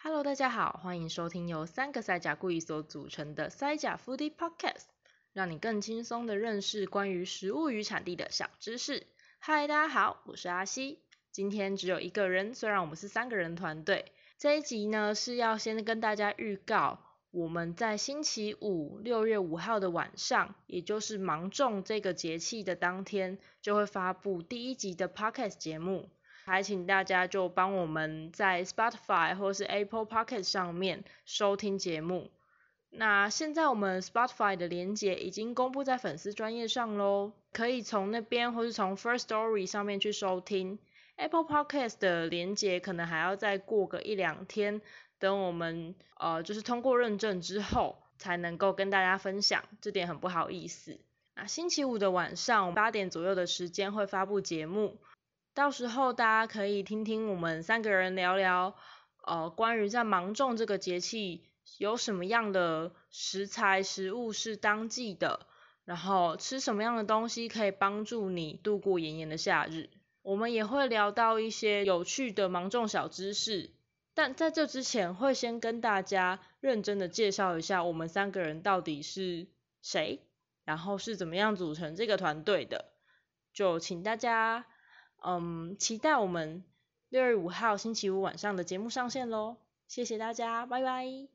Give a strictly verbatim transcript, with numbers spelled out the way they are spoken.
Hello， 大家好，欢迎收听由三个塞甲故意所组成的塞甲 Foodie Podcast， 让你更轻松的认识关于食物与产地的小知识。嗨，大家好，我是阿西。今天只有一个人，虽然我们是三个人团队。这一集呢是要先跟大家预告，我们在星期五六月五号的晚上，也就是芒种这个节气的当天，就会发布第一集的 Podcast 节目。还请大家就帮我们在 Spotify 或是 Apple Podcast 上面收听节目。那现在我们 Spotify 的连结已经公布在粉丝专页上咯，可以从那边或是从 First Story 上面去收听。Apple Podcast 的连结可能还要再过个一两天，等我们呃就是通过认证之后才能够跟大家分享，这点很不好意思。那星期五的晚上八点左右的时间会发布节目。到时候大家可以听听我们三个人聊聊，呃，关于在芒种这个节气有什么样的食材食物是当季的，然后吃什么样的东西可以帮助你度过炎炎的夏日。我们也会聊到一些有趣的芒种小知识，但在这之前会先跟大家认真的介绍一下我们三个人到底是谁，然后是怎么样组成这个团队的，就请大家嗯，期待我们六月五号星期五晚上的节目上线咯，谢谢大家，拜拜。